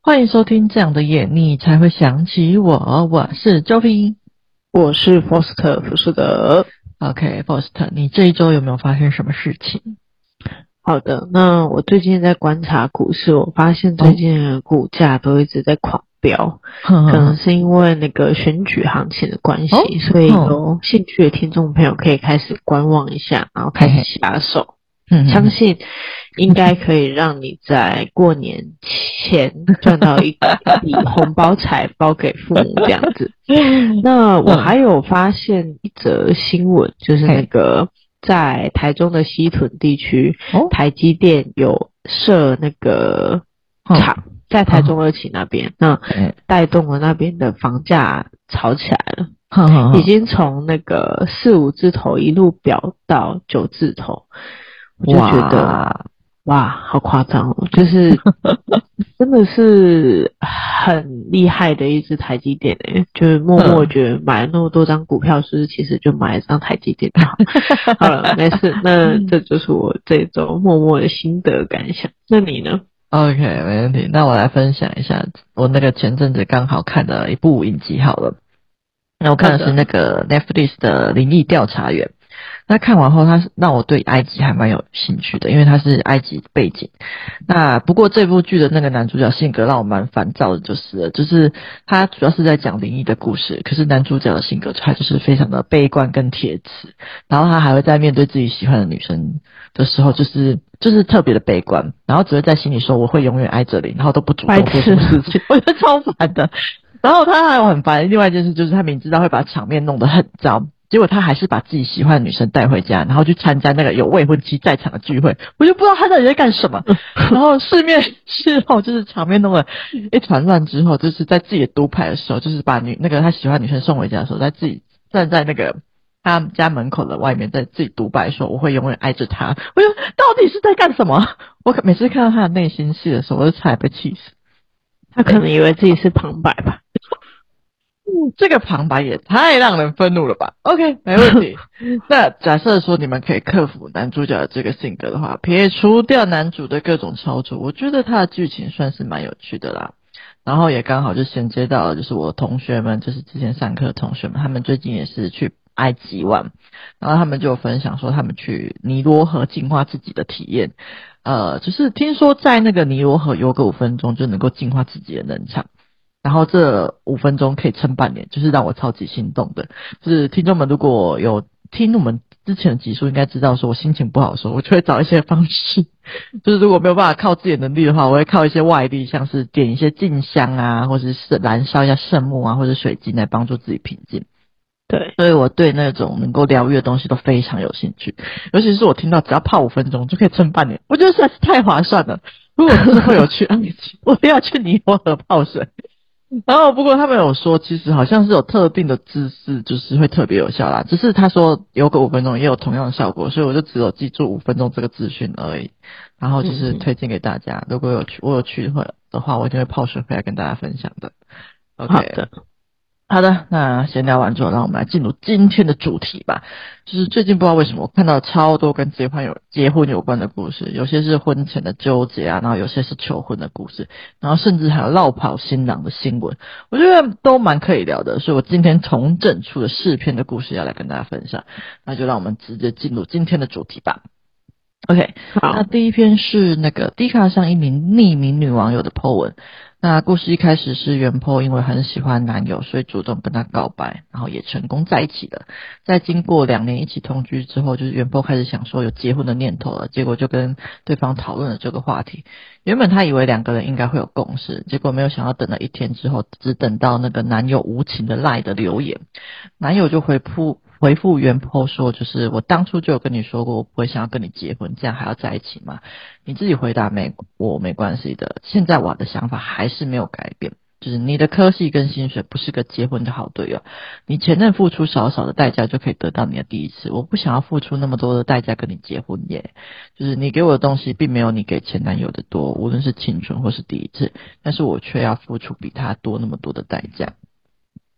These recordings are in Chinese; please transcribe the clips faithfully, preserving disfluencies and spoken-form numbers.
欢迎收听这样的夜你才会想起我，我是周平， 我是 Foster 福士德。 OK，Foster，你这一周有没有发生什么事情？ 好的，那我最近在观察股市，我发现最近的股价都一直在狂飙， 哼哼哼可能是因为那个选举行情的关系， 哦， 所以哼， 有兴趣的听众朋友可以开始观望一下，然后开始嘿嘿， 下手。 哼哼哼， 相信应该可以让你在过年前赚到一笔红包财，包给父母这样子。那我还嗯， 有发现一则新闻，就是那嘿， 个在台中的西屯地区， 哦， 台积电有设那个哼， 厂，在台中哼哼， 二期那边，那嘿， 带动了那边的房价炒起来了， 哼哼哼， 已经从那个四五字头一路飙到九字头，我就觉得哇， 哇，好夸张哦！就是真的是很厉害的一只台积电诶，就是默默嗯， 觉得买了那么多张股票，是不是其实就买一张台积电就好？好了，没事，那这就是我这周默默的心得感想。那你呢？ OK，没问题。那我来分享一下我那个前阵子刚好看的一部影集好了。那我看的是好的， 那个 Netflix 的《灵异调查员》。那看完后，他是让我对埃及还蛮有兴趣的，因为他是埃及背景。那不过这部剧的那个男主角性格让我蛮烦躁的，就是了就是他主要是在讲灵异的故事，可是男主角的性格他就是非常的悲观跟铁齿，然后他还会在面对自己喜欢的女生的时候，就是就是特别的悲观，然后只会在心里说我会永远爱着你，然后都不主白动做什痴， 么事情，我觉得超烦的。然后他还有很烦，另外一件事就是他明知道会把场面弄得很糟，结果他还是把自己喜欢的女生带回家，然后去参加那个有未婚妻在场的聚会，我就不知道他到底在干什么。然后事面事后就是场面弄得一团乱之后，就是在自己的督牌的时候，就是把女那个他喜欢的女生送回家的时候，在自己站在那个他家门口的外面，在自己独白说我会永远爱着她。我就到底是在干什么？我每次看到他的内心戏的时候，我就差点被气死。 他可能以为自己是旁白吧？ 这个旁白也太让人愤怒了吧 ？OK，没问题。那假设说你们可以克服男主角的这个性格的话，撇除掉男主的各种操作，我觉得他的剧情算是蛮有趣的啦。然后也刚好就衔接到了，就是我同学们，就是之前上课的同学们，他们最近也是去埃及玩，然后他们就有分享说他们去尼罗河净化自己的体验。呃，就是听说在那个尼罗河游个五分钟就能够净化自己的能场。然后这五分钟可以撑半年，就是让我超级心动的。就是听众们如果有听我们之前的集数，应该知道说我心情不好的时候，我就会找一些方式。就是如果没有办法靠自己的能力的话，我会靠一些外力，像是点一些静香啊，或者是燃烧一下圣木啊，或者水晶来帮助自己平静。 对， 所以我对那种能够疗愈的东西都非常有兴趣，尤其是我听到只要泡五分钟就可以撑半年，我觉得实在是太划算了。如果之后有去埃及，我一定要去尼罗河泡水。然后不过他们有说，其实好像是有特定的姿势，就是会特别有效啦。只是他说游个五分钟也有同样的效果，所以我就只有记住五分钟这个资讯而已。然后就是嗯， 推荐给大家，如果有去我有去的话的话，我一定会泡水回来跟大家分享的。 好 OK， 的。 好的，那闲聊完之后，让我们来进入今天的主题吧。就是最近不知道为什么，我看到超多跟结婚有结婚有关的故事，有些是婚前的纠结啊，然后有些是求婚的故事，然后甚至还有落跑新郎的新闻，我觉得都蛮可以聊的。所以我今天重整出了四篇的故事要来跟大家分享，那就让我们直接进入今天的主题吧。OK，那好， 第一篇是那个 D 卡上一名匿名女网友的 po 文。那故事一开始是原 po 因为很喜欢男友，所以主动跟他告白，然后也成功在一起了。在经过两年一起同居之后，就是原 po 开始想说有结婚的念头了，结果就跟对方讨论了这个话题。原本他以为两个人应该会有共识，结果没有想到等了一天之后，只等到那个男友无情的赖的留言，男友就回复回复原 po 说，就是我当初就有跟你说过，我不会想要跟你结婚，这样还要在一起吗？你自己回答没，我没关系的。现在我的想法还是没有改变，就是你的科系跟薪水不是个结婚的好队友。你前任付出少少的代价就可以得到你的第一次，我不想要付出那么多的代价跟你结婚耶。就是你给我的东西并没有你给前男友的多，无论是青春或是第一次，但是我却要付出比他多那么多的代价。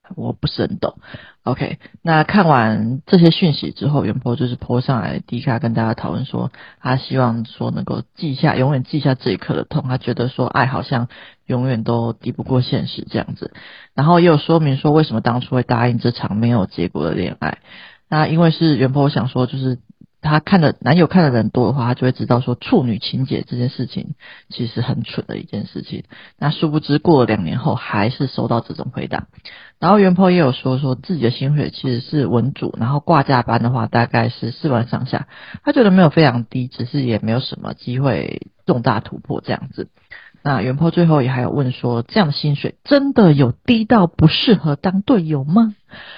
我不是很懂。OK， 那看完这些讯息之后，袁坡就是 po 上来 D 卡跟大家讨论说，他希望说能够记下，永远记下这一刻的痛。他觉得说爱好像永远都敌不过现实这样子，然后也有说明说为什么当初会答应这场没有结果的恋爱。那因为是袁坡想说，就是他看的男友看的人多的话，他就会知道说处女情节这件事情其实很蠢的一件事情。那殊不知过了两年后，还是收到这种回答。然后袁坡也有说说自己的薪水其实是文组，然后挂假班的话大概是四万上下，他觉得没有非常低，只是也没有什么机会重大突破这样子。那袁坡最后也还有问说，这样的薪水真的有低到不适合当队友吗？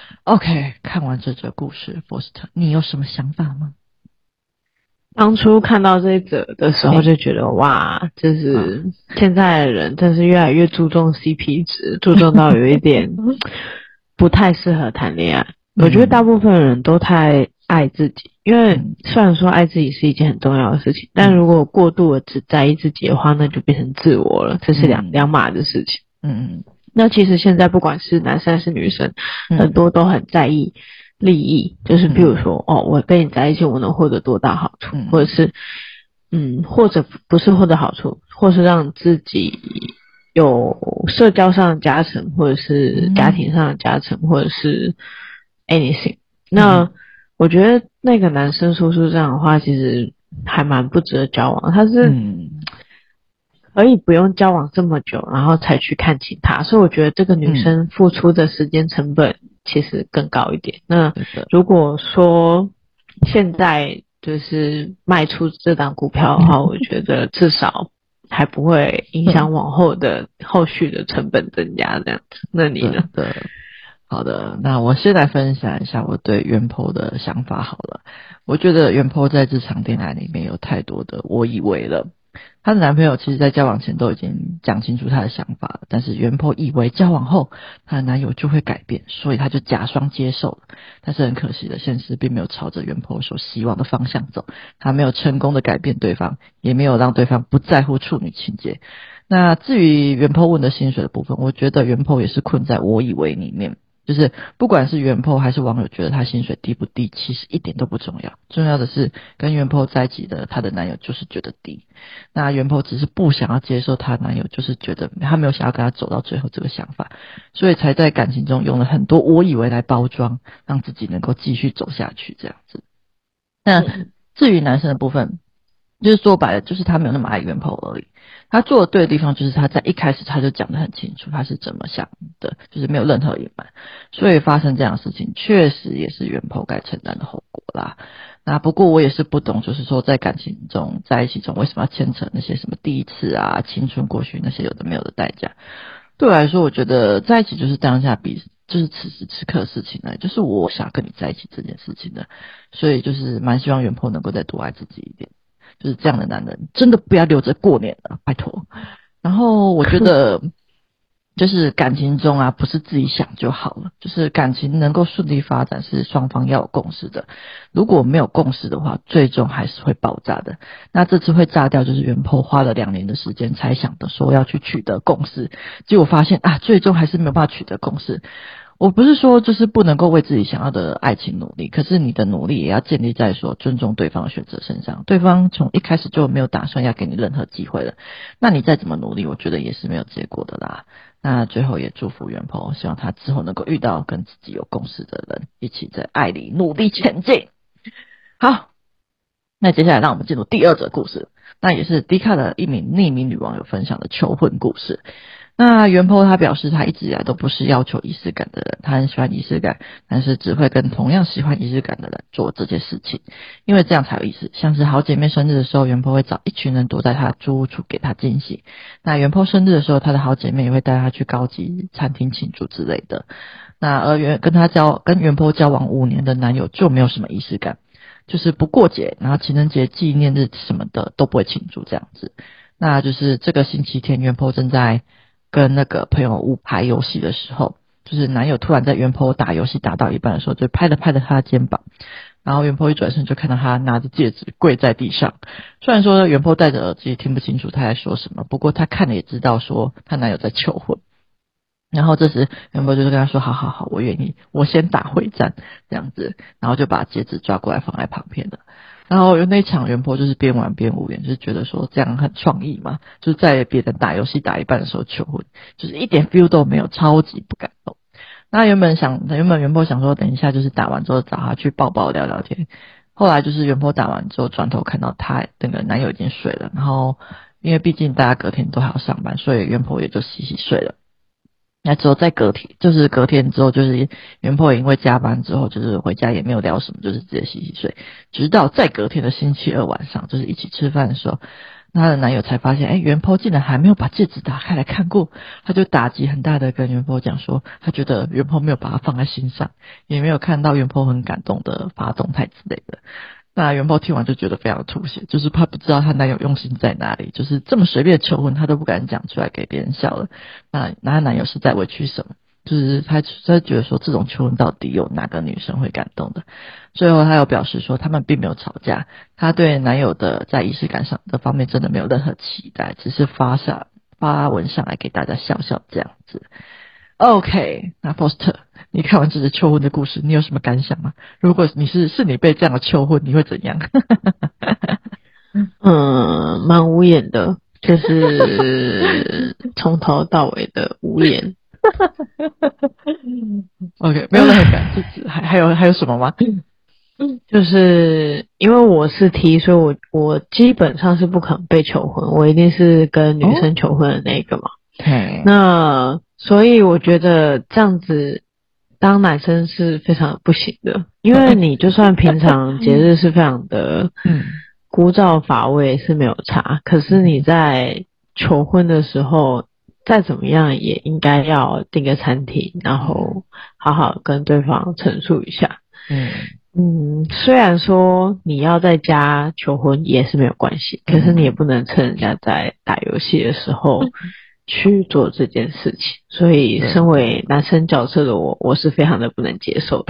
OK， 看完这则故事 Foster 你有什么想法吗？ 当初看到这一则的时候就觉得哇，就是现在的人真是越来越注重 C P 值，注重到有一点不太适合谈恋爱。我觉得大部分人都太爱自己，因为虽然说爱自己是一件很重要的事情，但如果过度的只在意自己的话，那就变成自我了，这是两两码的事情。嗯嗯。那其实现在不管是男生还是女生，很多都很在意利益，就是比如说、嗯、哦，我跟你在一起我能获得多大好处、嗯、或者是嗯，或者不是获得好处，或是让自己有社交上的加成，或者是家庭上的加成、嗯、或者是 anything、嗯、那我觉得那个男生说出这样的话其实还蛮不值得交往，他是、嗯可以不用交往这么久，然后才去看清他，所以我觉得这个女生付出的时间成本其实更高一点。嗯、那如果说现在就是卖出这档股票的话，我觉得至少还不会影响往后的后续的成本增加这样子。那你呢？ 对，好的，那我先来分享一下我对袁坡的想法好了。我觉得袁坡在这场恋爱里面有太多的我以为了。她的男朋友其实在交往前都已经讲清楚他的想法了，但是袁坡以为交往后她的男友就会改变，所以她就假装接受了。但是很可惜的，现实并没有朝着袁坡所希望的方向走，她没有成功的改变对方，也没有让对方不在乎处女情节。那至于袁坡问的薪水的部分，我觉得袁坡也是困在我以为里面。就是不管是袁坡还是网友觉得他薪水低不低，其实一点都不重要，重要的是跟袁坡在一起的她的男友就是觉得低，那袁坡只是不想要接受她男友就是觉得他没有想要跟他走到最后这个想法，所以才在感情中用了很多我以为来包装，让自己能够继续走下去这样子。那至于男生的部分，就是说白了就是他没有那么爱袁坡而已，他做的对的地方就是他在一开始他就讲得很清楚他是怎么想的，就是没有任何隐瞒，所以发生这样的事情确实也是袁坡该承担的后果啦。那不过我也是不懂，就是说在感情中在一起中为什么要牵扯那些什么第一次啊青春过去那些有的没有的代价。对我来说我觉得在一起就是当下比就是此时此刻的事情呢，就是我想跟你在一起这件事情的，所以就是蛮希望袁坡能够再多爱自己一点，就是这样的男人真的不要留着过年了，拜托。然后我觉得就是感情中啊不是自己想就好了，就是感情能够顺利发展是双方要有共识的，如果没有共识的话最终还是会爆炸的。那这次会炸掉就是袁坡花了两年的时间才想的说要去取得共识，结果发现啊最终还是没有办法取得共识。我不是说就是不能够为自己想要的爱情努力，可是你的努力也要建立在说尊重对方的选择身上，对方从一开始就没有打算要给你任何机会了，那你再怎么努力我觉得也是没有结果的啦。那最后也祝福袁坡，希望他之后能够遇到跟自己有共识的人，一起在爱里努力前进。好，那接下来让我们进入第二则故事，那也是 D 卡的一名匿名女网友分享的求婚故事。那袁坡他表示他一直以来都不是要求仪式感的人，他很喜欢仪式感，但是只会跟同样喜欢仪式感的人做这件事情，因为这样才有意思。像是好姐妹生日的时候，袁坡会找一群人躲在他的租屋处给他惊喜，那袁坡生日的时候，他的好姐妹也会带他去高级餐厅庆祝之类的。那而袁跟他交跟袁坡交往五年的男友就没有什么仪式感，就是不过节，然后情人节纪念日什么的都不会庆祝这样子。那就是这个星期天袁坡正在跟那个朋友五牌游戏的时候，就是男友突然在袁坡打游戏打到一半的时候，就拍了拍了他的肩膀，然后袁坡一转身就看到他拿着戒指跪在地上。虽然说袁坡戴着耳机听不清楚他在说什么，不过他看了也知道说他男友在求婚。 然后这时元波就是跟他说好好好，我愿意，我先打会战这样子，然后就把戒指抓过来放在旁边了。然后那一场元波就是边玩边无言，就是觉得说这样很创意嘛，就是在别人打游戏打一半的时候求婚，就是一点 feel 都没有，超级不感动。那原本想原本元波想说等一下就是打完之后找他去抱抱聊聊天，后来就是元波打完之后转头看到他那个男友已经睡了，然后因为毕竟大家隔天都还要上班，所以元波也就洗洗睡了。那之后在隔天，就是隔天之后，就是元坡因为加班之后，就是回家也没有聊什么，就是直接洗洗睡。直到在隔天的星期二晚上，就是一起吃饭的时候，她的男友才发现，哎，元坡竟然还没有把戒指打开来看过，他就打击很大的跟元坡讲说，他觉得元坡没有把它放在心上，也没有看到元坡很感动的发动态之类的。那元宝听完就觉得非常的吐血，就是他不知道她男友用心在哪里，就是这么随便求婚他都不敢讲出来给别人笑了。那那她男友是在委屈什么？就是他他觉得说这种求婚到底有哪个女生会感动的？最后他又表示说他们并没有吵架，他对男友的在仪式感上的方面真的没有任何期待，只是发下发文上来给大家笑笑这样子。OK， 那 Foster， 你看完这个求婚的故事，你有什么感想吗？如果你是是你被这样的求婚，你会怎样？ 嗯，蛮无言的，就是从头到尾的无言。 OK， 没有任何感，就是还还有还有什么吗？ 就是因为我是 T，所以我我基本上是不可能被求婚，我一定是跟女生求婚的那个嘛。 嘿、 哦，那所以我觉得这样子当男生是非常不行的，因为你就算平常节日是非常的枯燥乏味是没有差，可是你在求婚的时候再怎么样也应该要订个餐厅，然后好好跟对方陈述一下。嗯嗯，虽然说你要在家求婚也是没有关系，可是你也不能趁人家在打游戏的时候去做这件事情，所以身为男生角色的我，我是非常的不能接受的。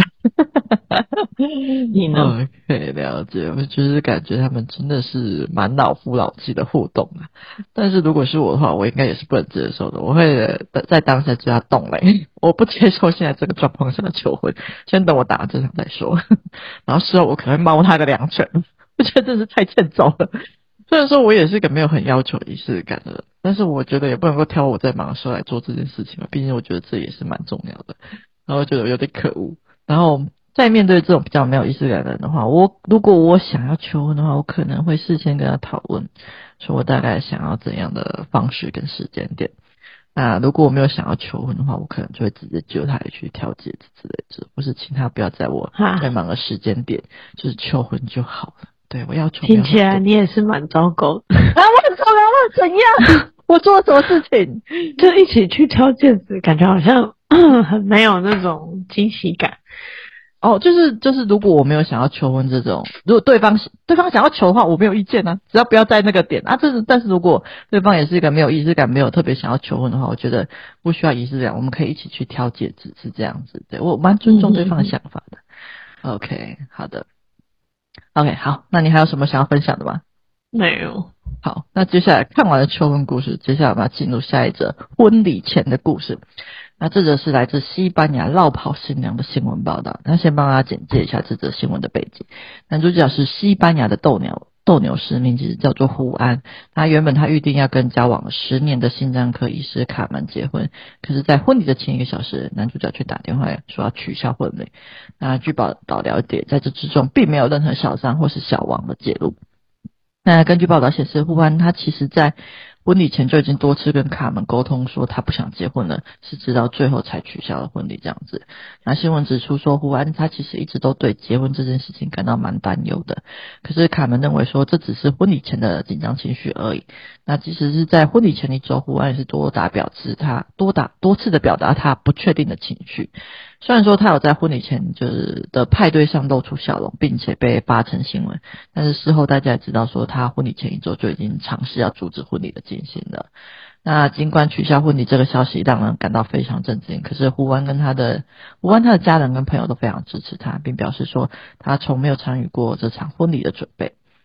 你呢？ 哦，可以了解，我就是感觉他们真的是蛮老夫老妻的互动啊。但是如果是我的话，我应该也是不能接受的。我会在当下就要动嘞，我不接受现在这个状况下的求婚，先等我打了这场再说。然后事后我可能会猫他个两拳，我觉得真是太欠揍了。虽然说我也是个没有很要求仪式感的人，但是我觉得也不能够挑我在忙的时候来做这件事情嘛，毕竟我觉得这也是蛮重要的。然后觉得有点可恶。然后在面对这种比较没有仪式感的人的话，我如果我想要求婚的话，我可能会事先跟他讨论，说我大概想要怎样的方式跟时间点。那如果我没有想要求婚的话，我可能就会直接揪他去挑戒指之类的，或是请他不要在我在忙的时间点，就是求婚就好了。对，我要求。 听起来你也是蛮糟糕的。 啊，我很糟糕，我怎样？我做了什么事情？ 就一起去挑戒指，感觉好像很没有那种惊喜感。 哦，就是就是，如果我没有想要求婚这种，如果对方对方想要求的话，我没有意见啊，只要不要在那个点啊。这是，但是如果对方也是一个没有仪式感、没有特别想要求婚的话，我觉得不需要仪式感，我们可以一起去挑戒指，是这样子。对，我蛮尊重对方的想法的。嗯、OK， 好的。OK， 好，那你还有什么想要分享的吗？ 没有。 好，那接下来看完了求婚故事，接下来我们要进入下一则婚礼前的故事。那这则是来自西班牙落跑新娘的新闻报道。那先帮大家简介一下这则新闻的背景。男主角是西班牙的斗牛斗牛士，名字叫做胡安。他原本他预定要跟交往了十年的新疆科医师卡门结婚，可是在婚礼的前一个小时，男主角却打电话说要取消婚礼。那据报道了解，在这之中并没有任何小三或是小王的介入。那根据报道显示，胡安他其实在婚礼前就已经多次跟卡门沟通说他不想结婚了，是直到最后才取消了婚礼这样子。那新闻指出说，胡安他其实一直都对结婚这件事情感到蛮担忧的，可是卡门认为说这只是婚礼前的紧张情绪而已。那即使是在婚礼前一周，胡安也是多打表示他多打多次的表达他不确定的情绪。虽然说他有在婚礼前就是的派对上露出笑容，并且被发成新闻，但是事后大家也知道说他婚礼前一周就已经尝试要阻止婚礼的进行了。那尽管取消婚礼这个消息让人感到非常震惊，可是胡安跟他的胡安他的家人跟朋友都非常支持他，并表示说他从没有参与过这场婚礼的准备。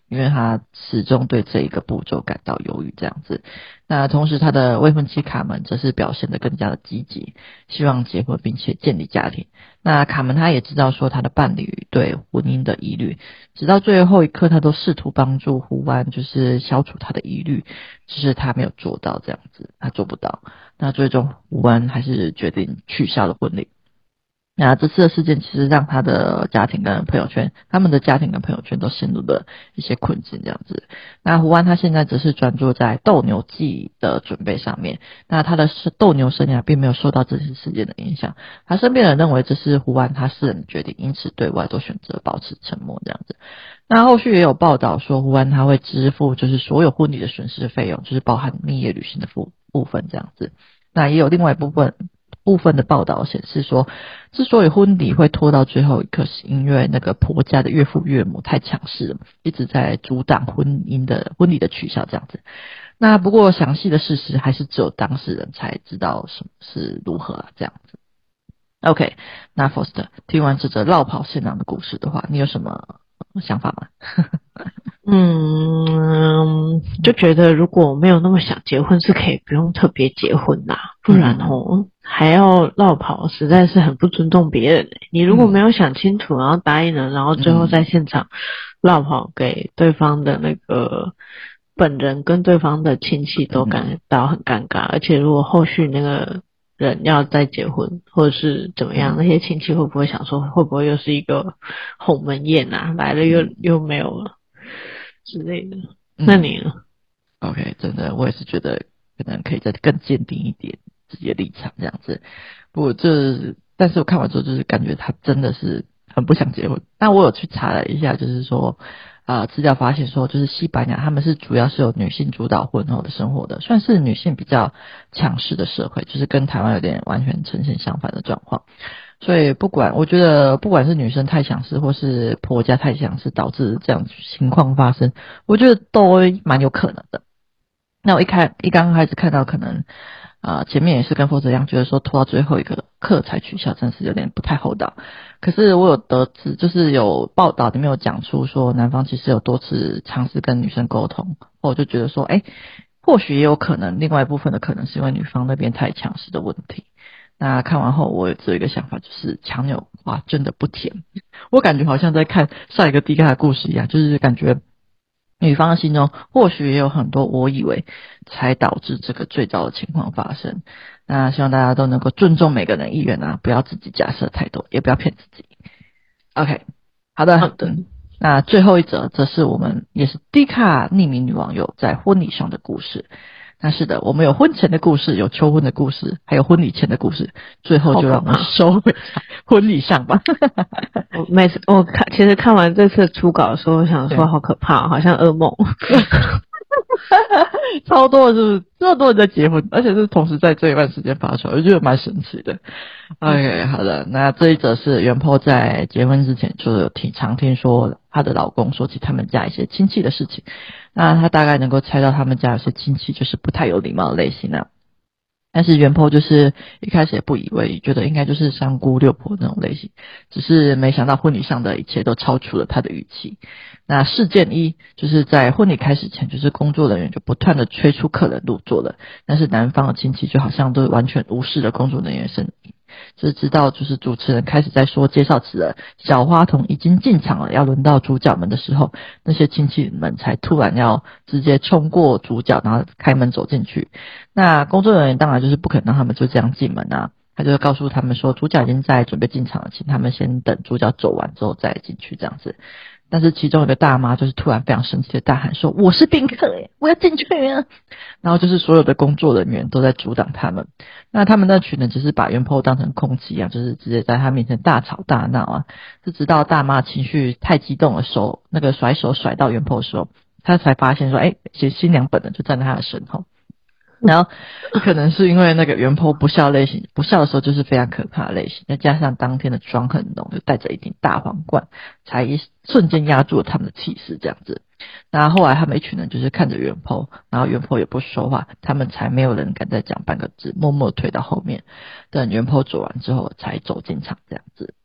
因为他始终对这一个步骤感到犹豫这样子。那同时他的未婚妻卡门则是表现得更加的积极，希望结婚并且建立家庭。那卡门他也知道说他的伴侣对婚姻的疑虑，直到最后一刻他都试图帮助胡安就是消除他的疑虑，只是他没有做到这样子，他做不到。那最终胡安还是决定取消了婚礼。那这次的事件其实让他的家庭跟朋友圈，他们的家庭跟朋友圈都陷入了一些困境这样子。那胡安他现在只是专注在斗牛季的准备上面，那他的斗牛生涯并没有受到这次事件的影响。他身边人认为这是胡安他私人的决定，因此对外都选择保持沉默这样子。那后续也有报道说胡安他会支付就是所有婚礼的损失费用，就是包含蜜月旅行的部部分这样子。那也有另外一部分部分的报道显示说，之所以婚礼会拖到最后一刻，是因为那个婆家的岳父岳母太强势了，一直在阻挡婚姻的婚礼的取消这样子。那不过详细的事实还是只有当事人才知道什么是如何、啊、这样子。OK， 那 Foster 听完这则落跑现场的故事的话，你有什么想法吗？ 嗯，就觉得如果没有那么想结婚，是可以不用特别结婚啦，不然哦还要落跑，实在是很不尊重别人、欸。你如果没有想清楚，然后答应了，然后最后在现场落跑，给对方的那个本人跟对方的亲戚都感觉到很尴尬，而且如果后续那个人要再结婚或者是怎么样，那些亲戚会不会想说，会不会又是一个鸿门宴啊，来了又又没有了之类的？那你呢、 嗯、？OK， 真的，我也是觉得可能可以再更坚定一点自己的立场这样子。不过这，但是我看完之后就是感觉他真的是很不想结婚。那我有去查了一下，就是说啊，资料发现说，就是西班牙他们是主要是由女性主导婚后的生活的，算是女性比较强势的社会，就是跟台湾有点完全呈现相反的状况。所以不管我觉得不管是女生太强势或是婆家太强势导致这样情况发生，我觉得都蛮有可能的。那我一开一刚开始看到可能啊、呃、前面也是跟佛哲一样觉得说拖到最后一个课才取消，真是有点不太厚道。可是我有得知就是有报道里面有讲出说男方其实有多次尝试跟女生沟通，我就觉得说诶或许也有可能另外一部分的可能是因为女方那边太强势的问题。那看完后我只有一个想法，就是强扭话真的不甜。我感觉好像在看上一个 D 卡的故事一样，就是感觉女方的心中或许也有很多我以为，才导致这个最糟的情况发生。那希望大家都能够尊重每个人意愿啊，不要自己假设太多，也不要骗自己。OK， 好的， 好的。 嗯，那最后一则则是我们也是 D 卡匿名女网友在婚礼上的故事。那是的，我们有婚前的故事，有求婚的故事，还有婚礼前的故事，最后就让我们收回在婚礼上吧。 我每次我看，其实看完这次初稿的时候，我想说好可怕，好像噩梦。 超多的是不是？这么多人在结婚，而且是同时在这一段时间发出来，我觉得蛮神奇的。OK， 好的，那这一则是袁坡在结婚之前就有听常听说她的老公说起他们家一些亲戚的事情，那他大概能够猜到他们家有些亲戚就是不太有礼貌的类型啊。但是袁坡就是一开始也不以为，觉得应该就是三姑六婆那种类型，只是没想到婚礼上的一切都超出了他的预期。那事件一就是在婚礼开始前，就是工作人员就不断的催促客人入座了，但是男方的亲戚就好像都完全无视了工作人员声音，就是直到就是主持人开始在说介绍词了，小花童已经进场了，要轮到主角们的时候，那些亲戚们才突然要直接冲过主角，然后开门走进去。那工作人员当然就是不可能让他们就这样进门啊，他就告诉他们说主角已经在准备进场了，请他们先等主角走完之后再进去这样子。但是其中有个大妈就是突然非常生气的大喊说，我是宾客耶，我要进去啊。然后就是所有的工作人员都在阻挡他们，那他们那群人只是把袁坡当成空气一样，就是直接在他面前大吵大闹啊，是直到大妈情绪太激动了，手那个甩手甩到袁坡的时候，他才发现说诶其实新娘本人就站在他的身后。然后可能是因为那个袁坡不笑类型，不笑的时候就是非常可怕的类型，再加上当天的妆很浓，就戴着一顶大皇冠，才一瞬间压住了他们的气势这样子。那后来他们一群人就是看着袁坡，然后袁坡也不说话，他们才没有人敢再讲半个字，默默退到后面，等袁坡走完之后才走进场这样子。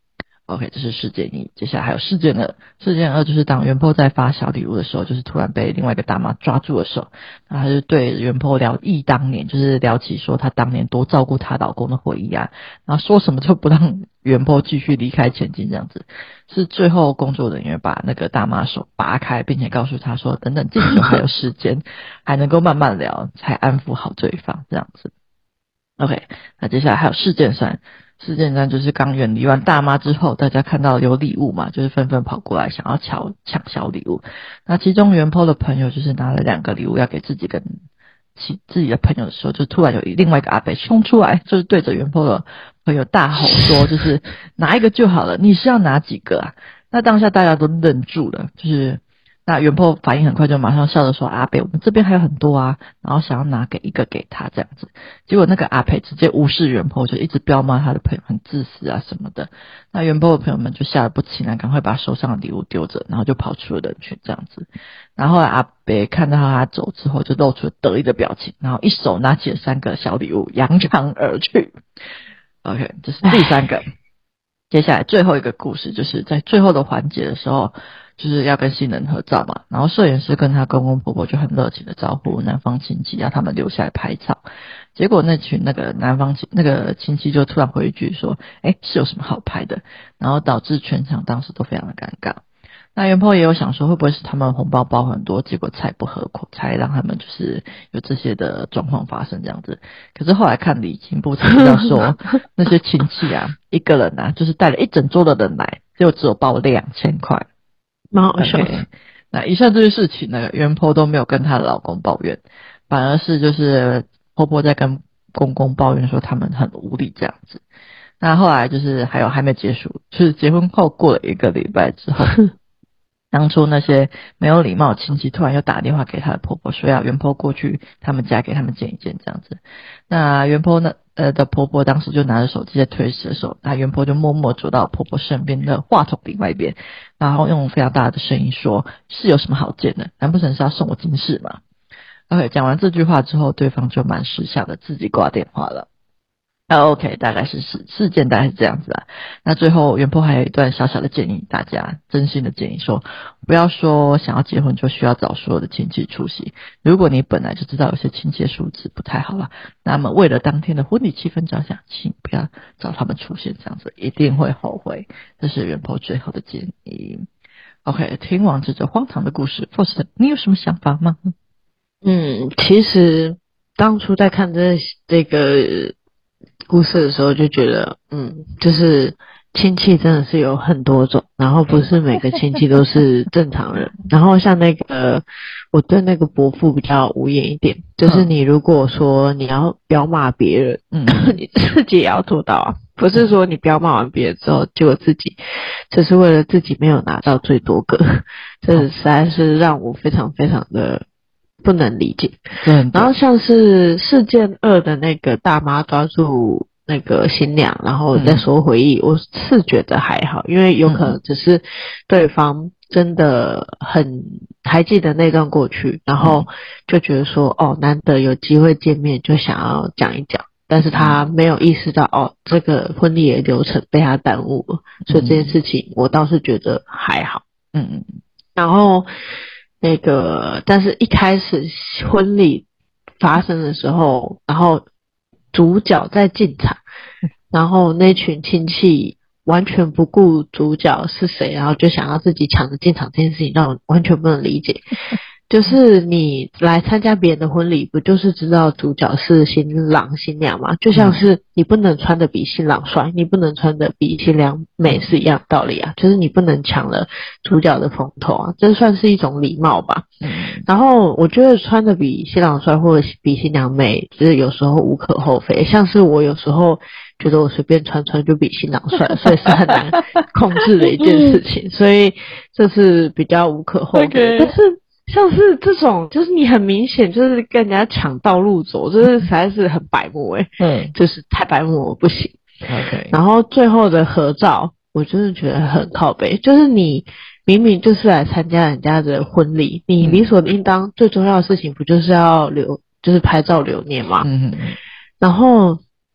OK， 这是事件一。接下来还有事件二，事件二就是当元坡在发小礼物的时候，就是突然被另外一个大妈抓住了手，然后他就对元坡聊忆当年，就是聊起说她当年多照顾她老公的回忆啊，然后说什么就不让元坡继续离开前进这样子。是最后工作人员把那个大妈手拔开，并且告诉她说等等敬酒还有时间，还能够慢慢聊，才安抚好对方这样子。OK， 那接下来还有事件三。事件三就是刚远离完大妈之后，大家看到有礼物嘛，就是纷纷跑过来想要抢抢小礼物。那其中元坡的朋友就是拿了两个礼物要给自己跟其自己的朋友的时候，就突然有另外一个阿伯冲出来，就是对着元坡的朋友大吼说，就是拿一个就好了，你是要拿几个啊？那当下大家都愣住了，就是那元坡反应很快，就马上笑着说：“阿北，我们这边还有很多啊。”然后想要拿给一个给他这样子，结果那个阿北直接无视元坡，就一直彪骂他的朋友很自私啊什么的。那元坡的朋友们就吓得不轻啊，赶快把手上的礼物丢着，然后就跑出了人群这样子。然后阿北看到他走之后，就露出了得意的表情，然后一手拿起了三个小礼物，扬长而去。OK， 这是第三个。接下来最后一个故事，就是在最后的环节的时候，就是要跟新人合照嘛，然后摄影师跟他公公婆婆就很热情的招呼男方亲戚，要他们留下来拍照。结果那群那个男方亲那个亲戚就突然回一句说：“诶，是有什么好拍的？”然后导致全场当时都非常的尴尬。那元坡也有想说会不会是他们红包包很多，结果菜不合口，才让他们就是有这些的状况发生这样子。可是后来看礼金簿才知道说那些亲戚啊，一个人啊就是带了一整桌的人来，结果只有包两千块， 蛮好笑的。 Okay，那以上这些事情呢，元坡都没有跟她的老公抱怨，反而是就是婆婆在跟公公抱怨说他们很无理这样子。那后来就是还有还没结束，就是结婚后过了一个礼拜之后。当初那些没有礼貌的亲戚突然又打电话给她的婆婆，说要元坡过去他们家给他们见一见这样子。那元坡呢呃的婆婆当时就拿着手机在推的时候，那元坡就默默走到婆婆身边的话筒另外一边，然后用非常大的声音说：“是有什么好见的？难不成是要送我金饰吗？” OK， 讲完这句话之后，对方就蛮识相的自己挂电话了。OK， 大概是事事件大概是这样子啊。那最后元坡还有一段小小的建议，大家真心的建议说，不要说想要结婚就需要找所有的亲戚出席。如果你本来就知道有些亲戚的素质不太好了，那么为了当天的婚礼气氛着想，请不要找他们出现，这样子一定会后悔。这是元坡最后的建议。OK， 听完这则荒唐的故事 ，Faust， 你有什么想法吗？ 嗯，其实当初在看这这个故事的时候就觉得，嗯，就是亲戚真的是有很多种，然后不是每个亲戚都是正常人。然后像那个，我对那个伯父比较无言一点，就是你如果说你要彪骂别人，嗯，你自己也要做到啊，不是说你彪骂完别人之后，结果自己只是为了自己没有拿到最多个，这实在是让我非常非常的不能理解。 对， 然后像是事件二的那个大妈抓住那个新娘，然后再说回忆，嗯、我是觉得还好，因为有可能只是对方真的很还记得那段过去，然后就觉得说哦，难得有机会见面，就想要讲一讲。但是他没有意识到哦，这个婚礼的流程被他耽误了，所以这件事情我倒是觉得还好。嗯嗯，然后。那个，但是一开始婚礼发生的时候，然后主角在进场，然后那群亲戚完全不顾主角是谁，然后就想要自己抢着进场这件事情，让我完全不能理解。就是你来参加别人的婚礼，不就是知道主角是新郎新娘吗？就像是你不能穿的比新郎帅，你不能穿的比新娘美是一样的道理啊。就是你不能抢了主角的风头啊，这算是一种礼貌吧。然后我觉得穿的比新郎帅或者比新娘美，就是有时候无可厚非。像是我有时候觉得我随便穿穿就比新郎帅，所以是很难控制的一件事情，所以这是比较无可厚非。Okay. 但是像是这种，就是你很明显就是跟人家抢道路走，就是实在是很白目诶、欸、嗯，就是太白目我不行。 OK， 然后最后的合照，我真的觉得很靠北，就是你明明就是来参加人家的婚礼，你理所应当最重要的事情不就是要留，就是拍照留念吗？嗯嗯。然后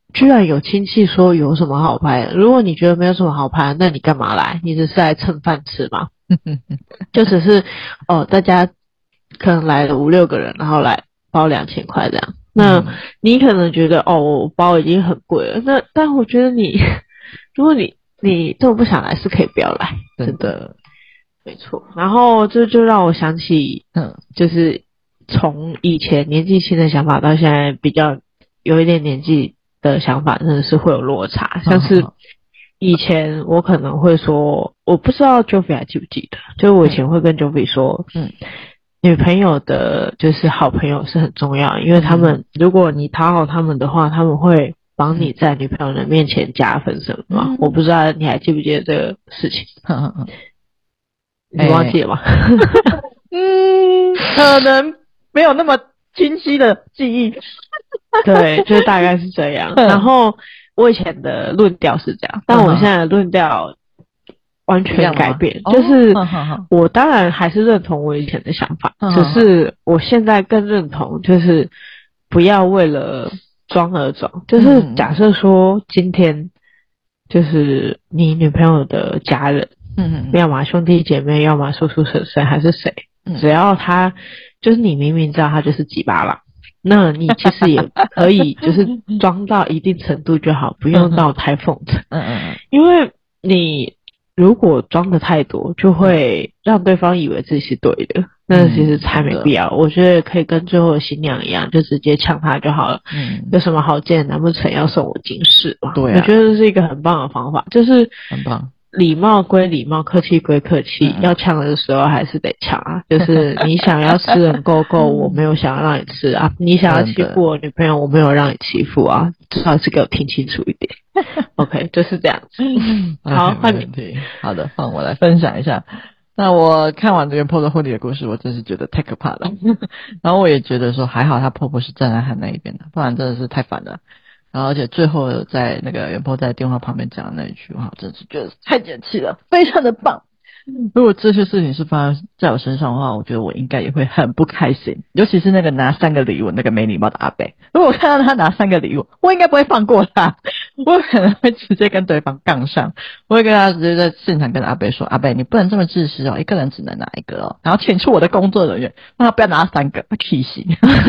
居然有亲戚说有什么好拍的？如果你觉得没有什么好拍的，那你干嘛来？你只是来蹭饭吃吗？就只是哦，大家可能来了五六个人，然后来包两千块这样。那你可能觉得哦，我包已经很贵了。那但我觉得你，如果你你这么不想来，是可以不要来，真的，没错。然后这就让我想起，嗯，就是从以前年纪轻的想法到现在比较有一点年纪的想法，真的是会有落差。像是以前我可能会说，我不知道 Jovi 还记不记得，就是我以前会跟 Jovi 说，嗯。女朋友的就是好朋友是很重要，因为他们、嗯、如果你讨好他们的话，他们会帮你在女朋友的面前加分什么、嗯、我不知道你还记不记得这个事情？嗯嗯你忘记了吗？ 嗯，可能没有那么清晰的记忆。 对，就大概是这样。然后我以前的论调是这样，但我现在的论调完全改变，就是我当然还是认同我以前的想法，只是我现在更认同，就是不要为了装而装。就是假设说今天就是你女朋友的家人，嗯，要么兄弟姐妹，要么叔叔婶婶还是谁，只要他就是你明明知道他就是鸡巴狼，那你其实也可以就是装到一定程度就好，不用到太奉承。嗯嗯，因为你如果装的太多，就会让对方以为自己是对的，那其实才没必要。我觉得可以跟最后的新娘一样，就直接抢他就好了。嗯，有什么好见？难不成要送我金饰吗？对啊，我觉得这是一个很棒的方法，就是很棒。礼貌归礼貌，客气归客气，嗯、要抢的时候还是得抢啊。就是你想要吃人够够，我没有想要让你吃啊；你想要欺负我女朋友，我没有让你欺负啊。至少是给我听清楚一点。OK， 就是这样子。好，换你。 好的，换我来分享一下。那我看完这个婆婆婚礼的故事，我真是觉得太可怕了。然后我也觉得说，还好她婆婆是站在她那一边的，不然真的是太烦了。然后而且最后在那个袁婆在电话旁边讲的那一句话，真是觉得太解气了，非常的棒。如果这些事情是发生在我身上的话，我觉得我应该也会很不开心，尤其是那个拿三个礼物那个没礼貌的阿伯。如果我看到他拿三个礼物，我应该不会放过他，我可能会直接跟对方杠上，我会跟他直接在现场跟阿伯说，阿伯你不能这么自私哦，一个人只能拿一个哦，然后请出我的工作人员，让他不要拿三个，他气死。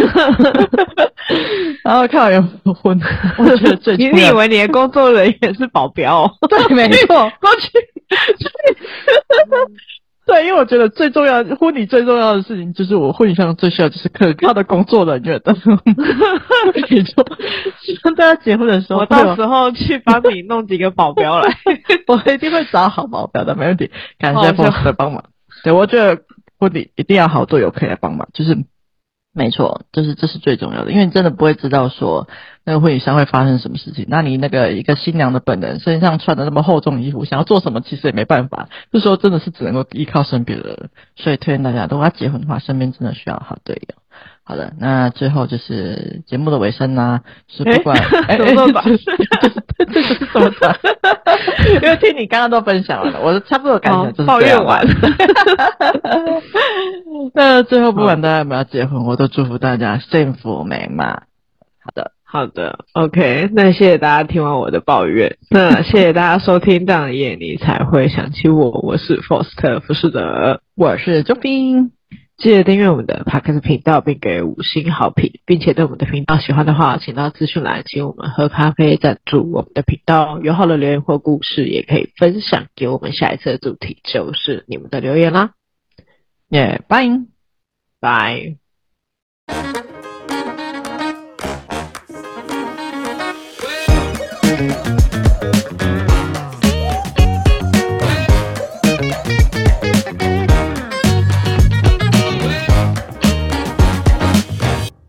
然后看完袁婆婚，我觉得最你以为你的工作人员是保镖、哦？ 对，没错，过去。对，因为我觉得最重要婚礼最重要的事情就是我婚礼上最需要就是可靠的工作人员的。没错，希望大家结婚的时候， 我到时候去帮你弄几个保镖来， 我一定会找好保镖的，没问题。感谢 boss 的帮忙。对，我觉得婚礼一定要好队友可以来帮忙，就是没错，就是这是最重要的，因为你真的不会知道说那个婚礼上会发生什么事情。那你那个一个新娘的本人身上穿的那么厚重的衣服，想要做什么其实也没办法，这时候真的是只能够依靠身边的人。所以推荐大家，如果要结婚的话，身边真的需要好队友。好的，那最后就是节目的尾声啦、啊，是不管哎哎，这个是什么团？因为听你刚刚都分享完了，我差不多感觉就是抱怨完。 那最后不管大家有没有结婚，我都祝福大家幸福美满。好的， 好的 ，OK， 那谢谢大家听完我的抱怨，那谢谢大家收听《这样的夜你才会想起我》，我是 Foster 浮士德， 我是周斌。 记得订阅我们的 Podcast 频道，并给五星好评，并且对我们的频道喜欢的话，请到资讯栏请我们喝咖啡赞助我们的频道。有好的留言或故事，也可以分享给我们。下一次的主题就是你们的留言啦。 耶、yeah, 拜拜。